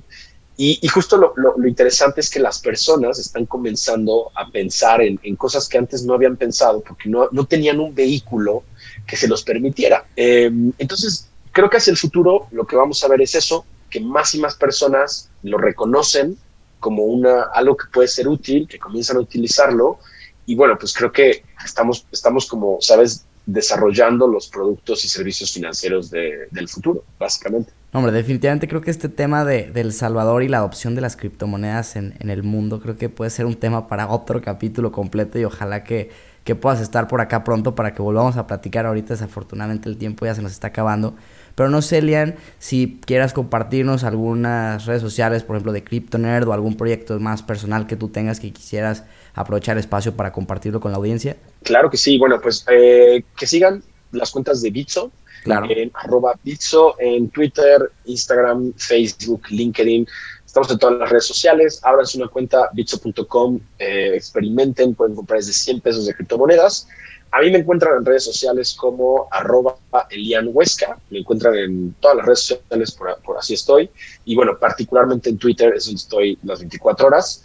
Y justo lo interesante es que las personas están comenzando a pensar en cosas que antes no habían pensado porque no tenían un vehículo que se los permitiera. Entonces, creo que hacia el futuro lo que vamos a ver es eso, que más y más personas lo reconocen como algo que puede ser útil, que comienzan a utilizarlo. Y bueno, pues creo que estamos como, ¿sabes?, desarrollando los productos y servicios financieros del futuro, básicamente. Hombre, definitivamente creo que este tema de El Salvador y la adopción de las criptomonedas en el mundo, creo que puede ser un tema para otro capítulo completo y ojalá que puedas estar por acá pronto para que volvamos a platicar. Ahorita desafortunadamente el tiempo ya se nos está acabando, pero no sé, Elian, si quieras compartirnos algunas redes sociales, por ejemplo de CryptoNerd o algún proyecto más personal que tú tengas que quisieras aprovechar espacio para compartirlo con la audiencia. Claro que sí. Bueno, pues que sigan las cuentas de Bitso. Claro. En @Bitso, en Twitter, Instagram, Facebook, LinkedIn. Estamos en todas las redes sociales. Ábranse una cuenta, bitso.com, experimenten, pueden comprar desde $100 de criptomonedas. A mí me encuentran en redes sociales como @ElianHuesca. Me encuentran en todas las redes sociales, por así estoy. Y bueno, particularmente en Twitter es donde estoy las 24 horas.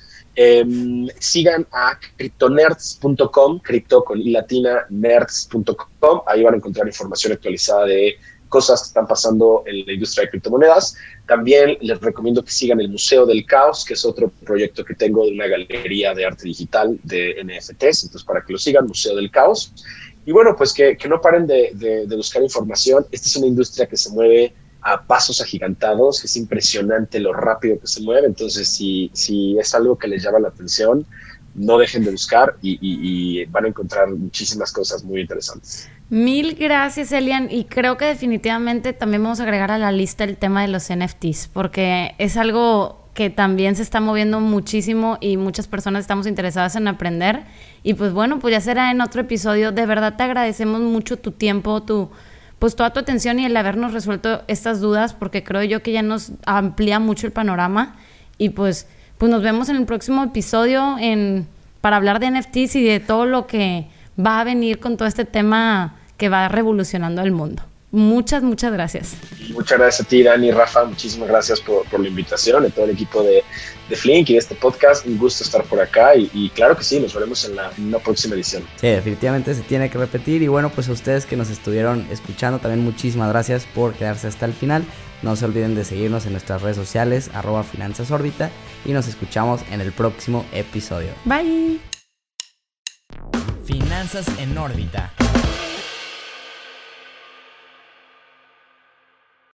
Sigan a cryptonerds.com, cripto con i latina, nerds.com. Ahí van a encontrar información actualizada de cosas que están pasando en la industria de criptomonedas. También les recomiendo que sigan el Museo del Caos, que es otro proyecto que tengo de una galería de arte digital de NFTs. Entonces, para que lo sigan, Museo del Caos. Y bueno, pues que no paren de buscar información. Esta es una industria que se mueve a pasos agigantados. Es impresionante lo rápido que se mueve. Entonces, si es algo que les llama la atención, no dejen de buscar y van a encontrar muchísimas cosas muy interesantes. Mil gracias, Elian, y creo que definitivamente también vamos a agregar a la lista el tema de los NFTs, porque es algo que también se está moviendo muchísimo y muchas personas estamos interesadas en aprender. Y pues bueno, pues ya será en otro episodio. De verdad te agradecemos mucho tu tiempo, pues toda tu atención y el habernos resuelto estas dudas, porque creo yo que ya nos amplía mucho el panorama. Y pues nos vemos en el próximo episodio para hablar de NFTs y de todo lo que va a venir con todo este tema que va revolucionando el mundo. Muchas gracias. Muchas gracias a ti, Dani, Rafa. Muchísimas gracias por la invitación, a todo el equipo de Flink y de este podcast. Un gusto estar por acá y claro que sí, nos veremos en una próxima edición. Sí, definitivamente se tiene que repetir. Y bueno, pues a ustedes que nos estuvieron escuchando, también muchísimas gracias por quedarse hasta el final. No se olviden de seguirnos en nuestras redes sociales, @FinanzasOrbita, y nos escuchamos en el próximo episodio. Bye. Finanzas en órbita.